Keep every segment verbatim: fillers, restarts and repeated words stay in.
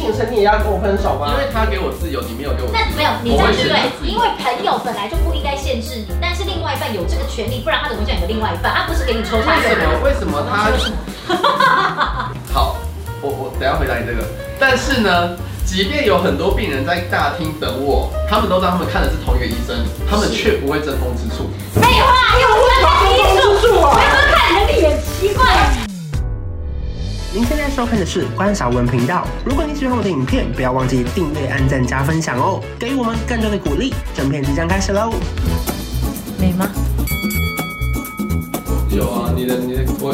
姓陈，你也要跟我分手吗？ 因为他给我自由，你没有给我自由。 那没有，你这样对不对？因为朋友本来就不应该限制你，但是另外一半有这个权利，不然他怎么会叫你的另外一半？他不是给你抽查。 为什么？为什么他？好，我我等下回答你这个。但是呢，即便有很多病人在大厅等我，他们都知道他们看的是同一个医生，他们却不会争风吃醋。 废话，又不是看医术，我要看人的脸，奇怪。 您现在收看的是关少文频道。如果你喜欢我的影片，不要忘记订阅、按赞、加分享哦，给予我们更多的鼓励。正片即将开始喽！ 美吗？ 有啊，你的你的我。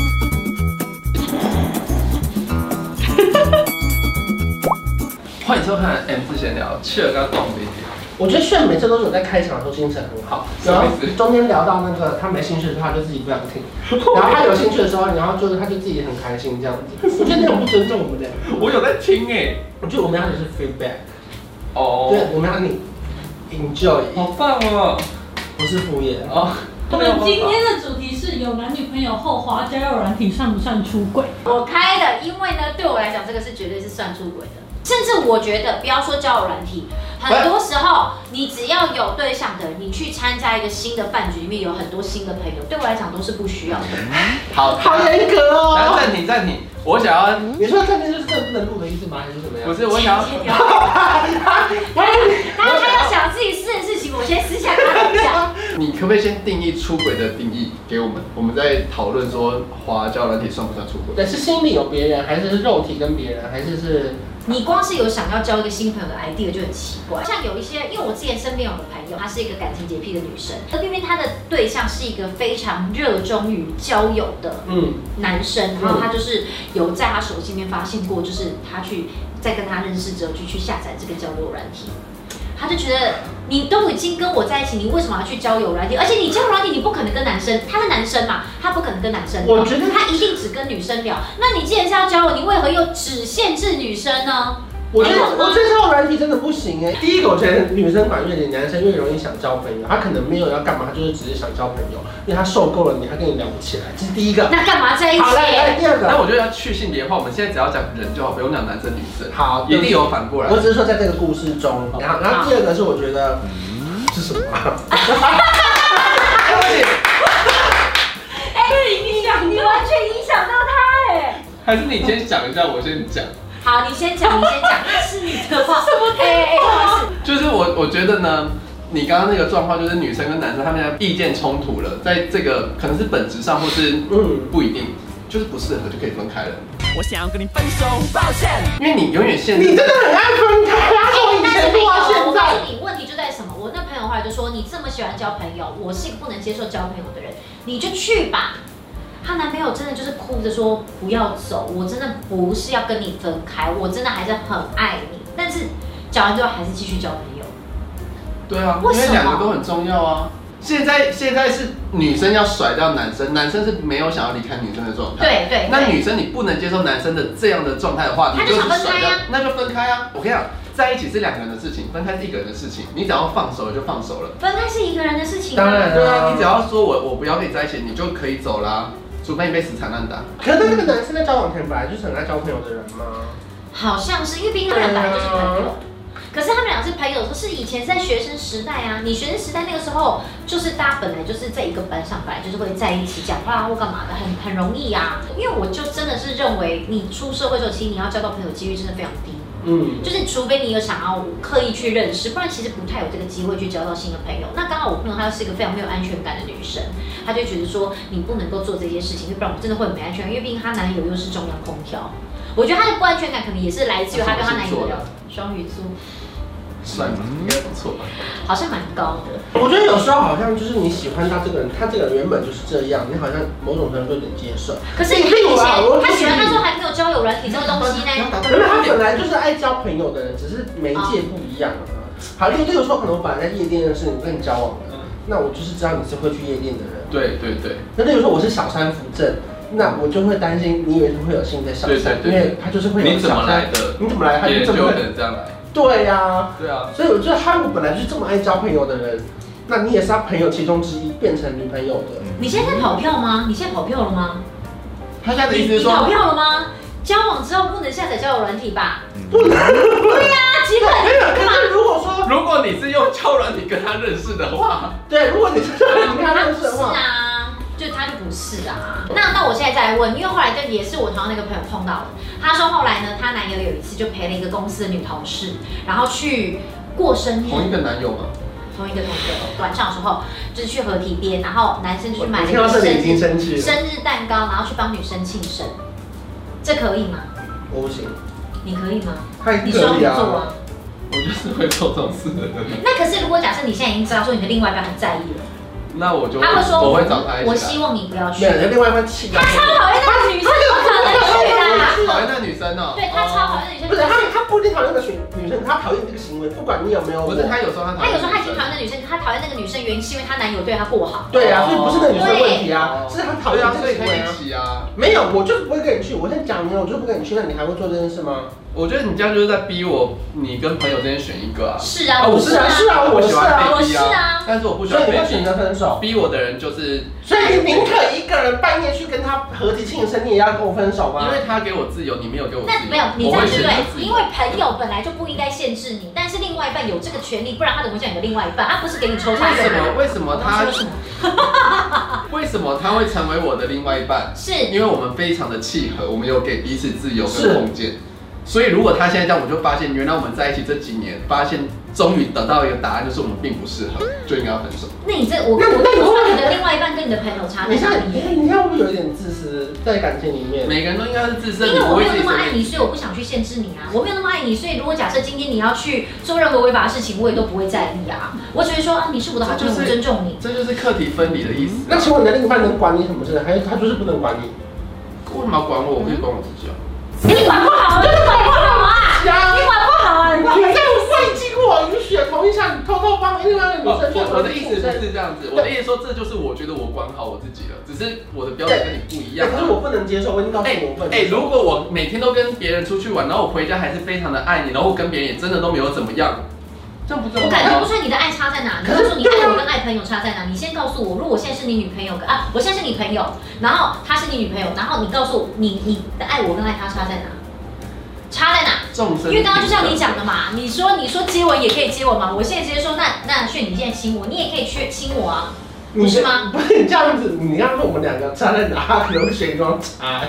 欢迎收看 M 字闲聊，切尔刚动这一点。 我觉得炫每次都是我在开场的时候精神很好，然后中间聊到那个他没兴趣的话，就自己不想听；然后他有兴趣的时候，然后就是他就自己很开心这样子。我觉得那种不尊重我们的。 我有在听哎， 我觉得我们要的是 feedback。 哦。 对，我们要你 enjoy。 好棒哦！ 不是敷衍哦。 我们今天的主题是有男女朋友后滑交友软体算不算出轨？ 我开的，因为呢，对我来讲，这个是绝对是算出轨的。甚至我觉得，不要说交友软体，很多时候你只要有对象的人，你去参加一个新的饭局，里面有很多新的朋友，对我来讲都是不需要的。 好， 好严格哦！ 来暂停暂停，我想要， 你说暂停就是真的不能录的意思吗？还是怎么样？ 不是，我想要。 他他要想自己私人事情，我先私下跟他讲。 你可不可以先定义出轨的定义给我们？我们在讨论说滑交友软体算不算出轨？ 对，是心里有别人，还是肉体跟别人，还是是？ 你光是有想要交一个新朋友的 idea 就很奇怪。像有一些，因为我之前身边有个朋友，她是一个感情洁癖的女生，而偏偏她的对象是一个非常热衷于交友的男生，嗯、然后他就是有在他手机里面发现过，就是他去在跟他认识之后就去下载这个交友软体。他就觉得你都已经跟我在一起，你为什么要去交友软体？而且你交友软体，你不可能跟男生，他是男生嘛，他不可能跟男生聊。我觉得他一定只跟女生聊。那你既然是要交友，你为何又只限制女生呢？ 我觉得我觉得交友软体真的不行哎。第一个，我觉得女生管越严，男生越容易想交朋友。他可能没有要干嘛，他就是只是想交朋友，因为他受够了你，他跟你聊不起来。这是第一个。 那干嘛在一起？ 好，来来，第二个。 那我觉得要去性别化，我们现在只要讲人就好，不用讲男生女生。 好， 一定有反过来。 我只是说在这个故事中，然后然后第二个是我觉得是什么？ 哎，影响你完全影响到他哎。 还是你先讲一下，我先讲。 好，你先讲，你先讲，那是你的话。什么？哎哎，不好意思。 就是我，我觉得呢，你刚刚那个状况就是女生跟男生他们的意见冲突了，在这个可能是本质上，或是嗯不一定，就是不适合就可以分开了。 我想要跟你分手，抱歉。 因为你永远限制。 你真的很爱分开啊！从以前录到现在。 我告诉你，问题就在什么？我那朋友后来就说，你这么喜欢交朋友，我是一个不能接受交朋友的人，你就去吧。她男朋友真的就是哭着说不要走，我真的不是要跟你分开，我真的还是很爱你，但是讲完之后还是继续交朋友。 对啊，因为两个都很重要啊。现在现在是女生要甩掉男生，男生是没有想要离开女生的状态。 对 对, 对。 那女生你不能接受男生的这样的状态的话，你就是甩掉，那就分开啊！我跟你讲，在一起是两个人的事情，分开是一个人的事情。你只要放手了就放手了。 分开是一个人的事情。 当然对啊，你只要说我我不要跟你在一起，你就可以走啦。除非你被死缠烂打。 可是那个男生在交往前本来就是很爱交朋友的人吗？ 好像是，因为毕竟他们俩本来就是朋友。可是他们俩是朋友，是以前在学生时代啊。你学生时代那个时候，就是大家本来就是在一个班上，本来就是会在一起讲话或干嘛的，很很容易啊。因为我就真的是认为，你出社会之后，其实你要交到朋友几率真的非常低。嗯，就是除非你有想要刻意去认识，不然其实不太有这个机会去交到新的朋友。那刚好我朋友她是一个非常没有安全感的女生，她就觉得说你不能够做这些事情，不然我真的会很没安全感。因为毕竟她男友又是中央空调，我觉得她的不安全感可能也是来自于她跟她男友的双鱼座。 算吧，应该不错吧？ 好像蛮高的。 我觉得有时候好像就是你喜欢他这个人，他这个人原本就是这样，你好像某种程度有点接受。 可是你以前他喜欢他说还没有交友软体这个东西呢， 因为他本来就是爱交朋友的人，只是媒介不一样啊。好，例如说可能我本来在夜店认识你，跟你交往的，那我就是知道你是会去夜店的人。 对对对。 那例如说我是小三扶正。那我就会担心，你以为会有新的小三，因为他就是会有小三。 你怎么来的？ 你怎么来？他就这么可能这样来。 对呀、啊， 对啊， 所以我觉得他如果本来就是这么爱交朋友的人，那你也是他朋友其中之一，变成女朋友的。 你现在在跑票吗？你现在跑票了吗？ 他现在的意思是说， 你跑票了吗？ 交往之后不能下载交友软体吧？ 不能。 对呀，基本没有。可是如果说， 如果你是用交友软体跟他认识的话， 对，如果你是跟他认识的话， 是啊，就他就不是啊。那那我现在再来问，因为后来就也是我同样那个朋友碰到的，他说后来呢，她男友有一次就陪了一个公司的女同事，然后去过生日。 同一个男友吗？ 同一个同学，晚上的时候就是去河堤边，然后男生就去买了一个生日生日蛋糕，然后去帮女生庆生，这可以吗？ 我不行。 你可以吗？ 你双鱼座啊。 我就是会做这种事的人。 那可是如果假设你现在已经知道说你的另外一半很在意了， 那我就他会说我会找他一起。 我希望你不要去。 没有，另外一半气。 他超讨厌那个女生，怎么可能去啦？ 讨厌那女生哦。 对他超讨厌女生。 不是他，他不一定讨厌那个女女生，他讨厌这个行为，不管你有没有。 不是他有时候他他有时候他已经讨厌那女生，他讨厌那个女生原因是因为她男友对她过好。 对啊，所以不是那女生的问题啊，是他讨厌这个行为啊。 没有，我就是不会跟你去。我先讲明了，我就是不跟你去，那你还会做这件事吗？ 我觉得你这样就是在逼我，你跟朋友之间选一个啊。 是啊，我是啊，是啊，我是啊， 我是啊。 但是我不喜欢被逼。 所以你会选择分手？ 逼我的人就是。 所以你宁可一个人半夜去跟他合体庆生，你也要跟我分手吗？ 因为他给我自由，你没有给我自由。 那没有，你这样对不对？因为朋友本来就不应该限制你，但是另外一半有这个权利，不然他怎么会叫你的另外一半？他不是给你抽查为什么？为什么他？为什么他会成为我的另外一半？ 是因为我们非常的契合，我们有给彼此自由跟空间。所以如果他现在这样，我就发现原来我们在一起这几年，发现终于得到一个答案，就是我们并不适合，就应该要分手。 那你这我我我说你的另外一半跟你的朋友差在哪里？ 你看会不会有一点自私在感情里面？ 每个人都应该是自私， 因为我没有那么爱你，所以我不想去限制你啊。我没有那么爱你，所以如果假设今天你要去做任何违法的事情，我也都不会在意啊。我只会说啊，你是我的好朋友，我尊重你。 这就是课题分离的意思。 那请问你的另一半能管你什么事？还是他就是不能管你？ 为什么要管我？我可以管我自己啊。 你管不好，就是管不好啊！你管不好啊！ 你在未经我允许的同意下，你偷偷帮另外一个女生去。 我的意思不是这样子，我的意思说这就是我觉得我管好我自己了，只是我的标准跟你不一样。 可是我不能接受，我已经告诉我不能。 哎，如果我每天都跟别人出去玩，然后我回家还是非常的爱你，然后我跟别人也真的都没有怎么样。这样不正常。 我感觉不出来你的爱差在哪。你告诉你爱我跟爱朋友差在哪？你先告诉我，如果我现在是你女朋友啊，我现在是你朋友，然后她是你女朋友，然后你告诉我你你的爱我跟爱他差在哪？差在哪？因为刚刚就像你讲的嘛，你说你说接吻也可以接吻嘛，我现在直接说那那炫你现在亲我，你也可以去亲我啊，不是吗？ 不是你这样子，你刚刚说我们两个差在哪？可能选装差。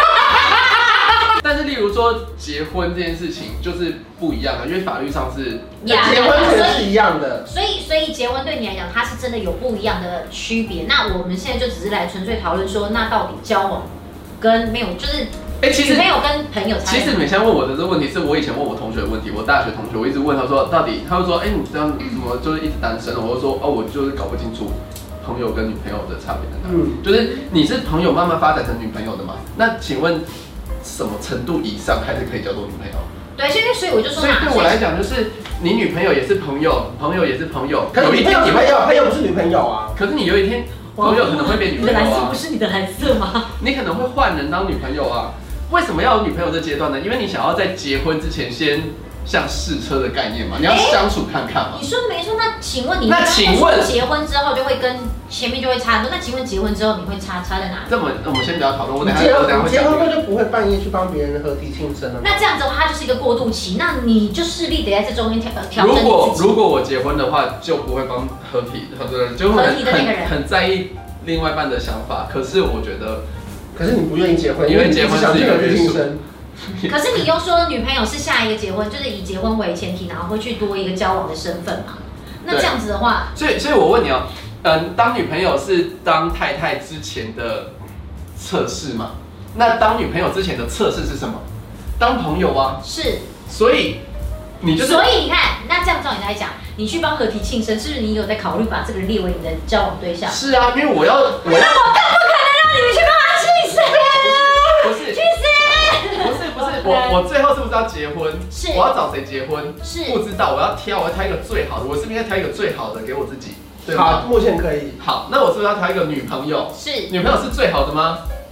但是，例如说结婚这件事情就是不一样啊，因为法律上是结婚可是一样的， 所以所以结婚对你来讲，它是真的有不一样的区别。那我们现在就只是来纯粹讨论说，那到底交往跟没有就是。 哎、欸，其实女朋友跟朋友差。 其实你们现在问我的这个问题，是我以前问我同学的问题。我大学同学，我一直问他说，到底他会说，哎、欸，你这样怎么就是一直单身？我就说，哦，我就是搞不清楚朋友跟女朋友的差别在哪。嗯，就是你是朋友慢慢发展成女朋友的嘛？那请问什么程度以上才是可以叫做女朋友？ 对，所以所以我就说， 所以对我来讲，就是你女朋友也是朋友，朋友也是朋友。 可是你朋友，朋友，朋友不是女朋友啊。 可是你有一天朋友可能会变女朋友啊。 你的蓝色不是你的蓝色吗？ 你可能会换人当女朋友啊。为什么要有女朋友这阶段呢？因为你想要在结婚之前先像试车的概念嘛，你要相处看看嘛。 你说的没错，那请问你那请问结婚之后就会跟前面就会差很多，那请问结婚之后你会差差在哪里？ 这么我们先不要讨论，我等下我等下会结婚后就不会半夜去帮别人合体庆生了。 那这样子的话，它就是一个过渡期，那你就势必得在这中间调调整。 如果如果我结婚的话，就不会帮合体，就会很很很在意另外一半的想法。可是我觉得。 可是你不愿意结婚， 因为结婚是一个约束。 可是你又说女朋友是下一个结婚，就是以结婚为前提，然后会去多一个交往的身份嘛？那这样子的话， 所以所以我问你哦，嗯，当女朋友是当太太之前的测试嘛？那当女朋友之前的测试是什么？当朋友啊。 是。 所以你就是。 所以你看，那这样照你来讲，你去帮合体庆生，是不是你有在考虑把这个人列为你的交往对象？ 是啊，因为我要我要。 那我更不可能让你们去帮他庆生。 不是。 去死！ 不是不是，我我最后是不是要结婚？ 是。 我要找谁结婚？ 是。 不知道，我要挑，我要挑一个最好的，我是不是应该挑一个最好的给我自己？ 对好，目前可以。 好，那我是不是要挑一个女朋友？ 是。 女朋友是最好的吗？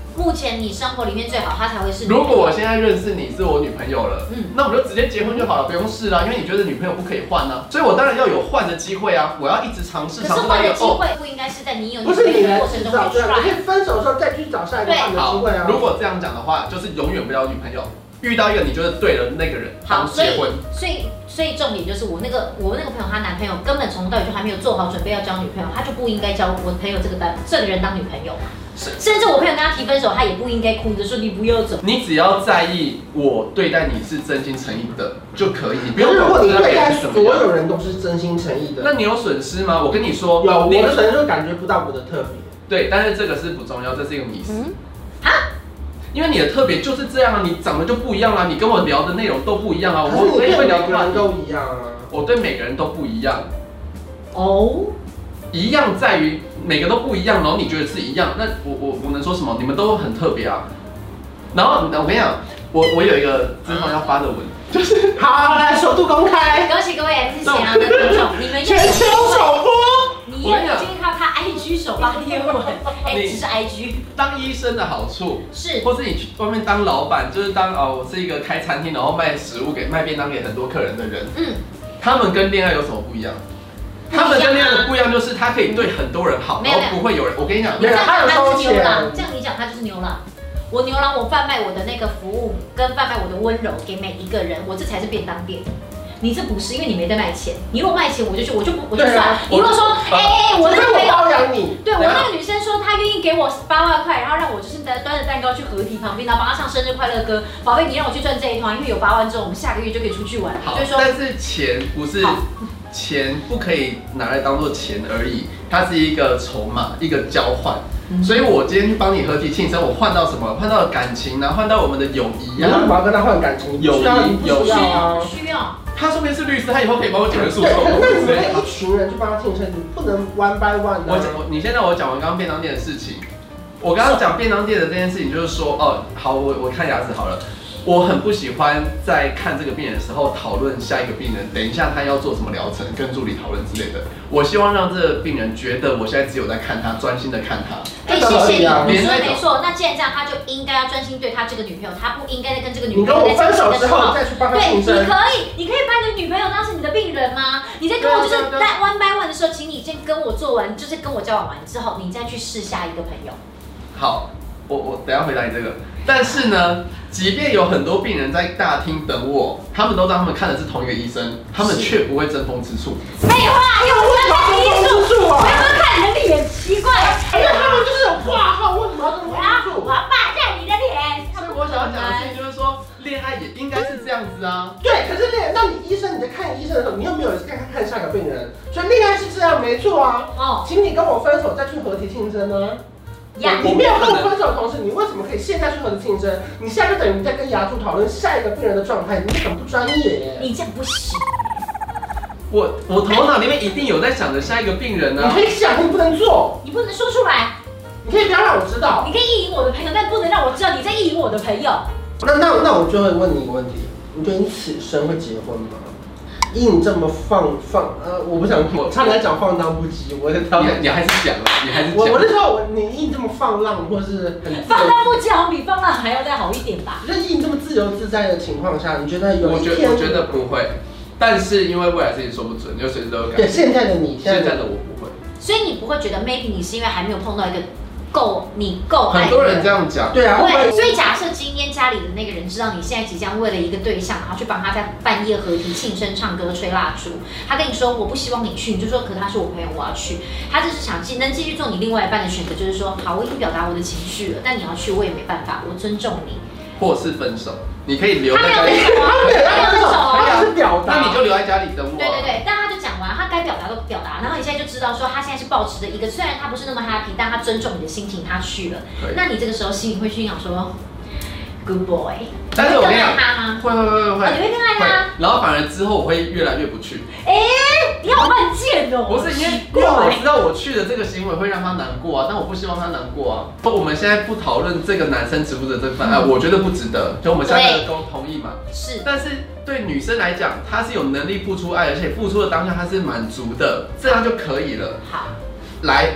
目前你生活里面最好，他才会是。 如果我现在认识你是我女朋友了，嗯，那我们就直接结婚就好了，不用试啦，因为你觉得女朋友不可以换呢、啊，所以我当然要有换的机会啊，我要一直尝试。 可是换的机会不应该是在你有女朋友的过程中去 try， 你可以分手的时候再去找下一个换的机会啊。 如果这样讲的话，就是永远不要女朋友。遇到一个你觉得对的那个人， 好， 结婚。 所以所以重点就是我那个我那个朋友，她男朋友根本从头到尾就还没有做好准备要交女朋友，他就不应该交我朋友这个单这个人当女朋友。甚至我朋友跟他提分手，他也不应该哭着说你不要走。 你只要在意我对待你是真心诚意的就可以，你不用如果你对待所所有人都是真心诚意的， 那你有损失吗？我跟你说， 有，我的损失感觉不到我的特别。 对，但是这个是不重要，这是一个迷思。 嗯因为你的特别就是这样啊，你长得就不一样啊，你跟我聊的内容都不一样啊。我跟每个人都一样啊。 我对每个人都不一样。 哦。 一样在于每个都不一样，然后你觉得是一样，那我我我能说什么？你们都很特别啊。然后我跟你讲，我我有一个之后要发的文，就是好来首度公开， 恭喜各位 M 四贤的听众，你们全球首播。 你也有进到他 I G 首发贴文，哎，只是 I G。 当医生的好处是， 或是你去外面当老板，就是当哦，我是一个开餐厅，然后卖食物给卖便当给很多客人的人。嗯，他们跟恋爱有什么不一样？他们跟恋爱的不一样，就是他可以对很多人好，然后不会有人。我跟你讲， 你这样讲他是牛郎，这样你讲他就是牛郎。我牛郎，我贩卖我的那个服务，跟贩卖我的温柔给每一个人，我这才是便当店。你这不是，因为你没在卖钱。你如果卖钱，我就去，我就不，我就算。你如果说，哎哎，我那个朋友包养你， 对我那个女生说她愿意给我八万块，然后让我就是端端着蛋糕去河堤旁边，然后帮她唱生日快乐歌。宝贝，你让我去赚这一团，因为有八万之后，我们下个月就可以出去玩。 好，但是钱不是钱，不可以拿来当做钱而已，它是一个筹码，一个交换。所以我今天去帮你合体庆生，我换到什么？换到感情啊，换到我们的友谊啊。 为什么要跟他换感情？ 友谊， 友谊啊， 需要。 他说明是律师，他以后可以帮我解决诉讼。 那你们一群人去帮他庆生，你不能 one by one 的。 我我你先让我讲完刚刚便当店的事情。我刚刚讲便当店的这件事情，就是说，哦，好，我我看牙齿好了。我很不喜欢在看这个病人的时候讨论下一个病人，等一下他要做什么疗程，跟助理讨论之类的。我希望让这个病人觉得我现在只有在看他，专心的看他。 哎，谢谢你，你说的没错。那既然这样，他就应该要专心对他这个女朋友，他不应该在跟这个女朋友在分手之后再去帮他庆生。 对，你可以，你可以把你的女朋友当成你的病人吗？你在跟我就是在 one by one 的时候，请你先跟我做完，就是跟我交往完之后，你再去试下一个朋友。 好。我我等一下回答你这个，但是呢，即便有很多病人在大厅等我，他们都当他们看的是同一个医生，他们却不会争风吃醋。 废话，又不是看医术，我要看你的脸，奇怪。 因为他们就是有挂号，为什么要争风吃醋？ 我要霸占你的脸。 所以我想要讲的事情就是说，恋爱也应该是这样子啊。 对，可是恋，那你医生你在看医生的时候，你又没有看看下个病人，所以恋爱是这样没错啊。哦，请你跟我分手再去合体庆生呢？你没有跟我分手的同时，你为什么可以现在去合体庆生？你现在就等于在跟牙助讨论下一个病人的状态，你很不专业耶！ 你这样不行。 我我头脑里面一定有在想着下一个病人呢、 啊。你可以想，你不能做。 你不能说出来。 你可以不要让我知道。 你可以意淫我的朋友，但不能让我知道你在意淫我的朋友。 那那那我就会问你一个问题：你觉得你此生会结婚吗？以你这么放放呃，我不想，我差点讲放荡不羁，我在挑。 你你还是讲了，你还是讲。 我我是说，我你以你这么放浪，或是很放荡不羁，好比放浪还要再好一点吧。 就是以你这么自由自在的情况下，你觉得有一天？ 我觉我觉得不会，但是因为未来事情说不准，就随时都有改变。 对，现在的你， 现在的我不会。 所以你不会觉得 maybe 你是因为还没有碰到一个够你够爱的人。 很多人这样讲。 对啊。 对，所以假设今天家里的那个人知道你现在即将为了一个对象，然后去帮他在半夜合体庆生、唱歌、吹蜡烛，他跟你说我不希望你去，你就说可是他是我朋友，我要去。他就是想继能继续做你另外一半的选择，就是说好，我已经表达我的情绪了，但你要去我也没办法，我尊重你。 或是分手，你可以留在家里。 他没有分手啊， 他是表达， 那你就留在家里等我。 对对对，但他就讲完，他该表达都表达，然后你现在就知道说他现在是抱持的一个，虽然他不是那么 happy， 但他尊重你的心情，他去了。那你这个时候心里会去想说 ，Good boy。 但是我跟你讲，会会会会， 你会更爱他， 然后反而之后我会越来越不去。 哎，你好犯贱哦！ 不是因为因为我知道我去的这个行为会让他难过啊，但我不希望他难过啊。我们现在不讨论这个男生值不值得这份爱，我觉得不值得，就我们三个都同意嘛。 是。 但是对女生来讲，她是有能力付出爱，而且付出的当下她是满足的，这样就可以了。 好， 来。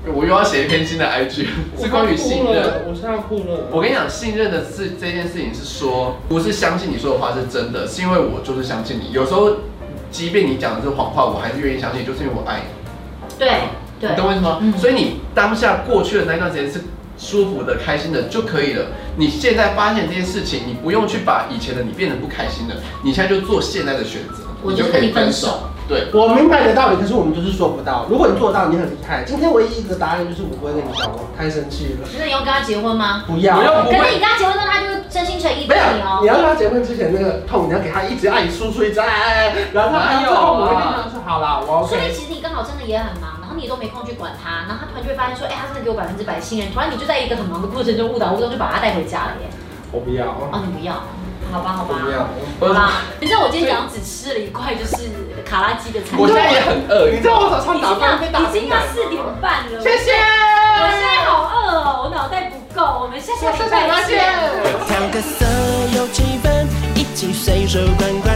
我又要写一篇新的 I G， 是关于信任。 我是要哭了。 我跟你讲，信任的事这件事情是说，不是相信你说的话是真的，是因为我就是相信你。有时候，即便你讲的是谎话，我还是愿意相信，就是因为我爱你。 对对， 你懂我意思吗？嗯、所以你当下过去的那段时间是舒服的、开心的就可以了。你现在发现这件事情，你不用去把以前的你变得不开心了，你现在就做现在的选择， 你就可以分手。 对， 我明白你的道理，可是我们就是做不到。如果你做到，你很厉害。今天唯一一个答案就是我不会跟你交往，太生气了。 那你要跟他结婚吗？ 不要。 可是你跟他结婚之后，他就会真心诚意对你哦。 你要跟他结婚之前那个痛，你要给他一直爱，输出一直爱，然后他最后我一定要说好啦，我 OK。 所以其实你刚好真的也很忙，然后你都没空去管他，然后他突然就会发现说，哎，他真的给我百分之百信任，突然你就在一个很忙的过程中误打误撞就把他带回家了耶。 我不要。 哦，你不要。好吧，好吧， 不要， 好吧。你知道我今天早上只吃了一块就是卡拉鸡的餐， 我现在也很饿。 你知道我早上打饭被打已经要四点半了。 谢谢。 我现在好饿哦，我脑袋不够。我们下下礼拜见。 调个色有气氛，一起随手关关。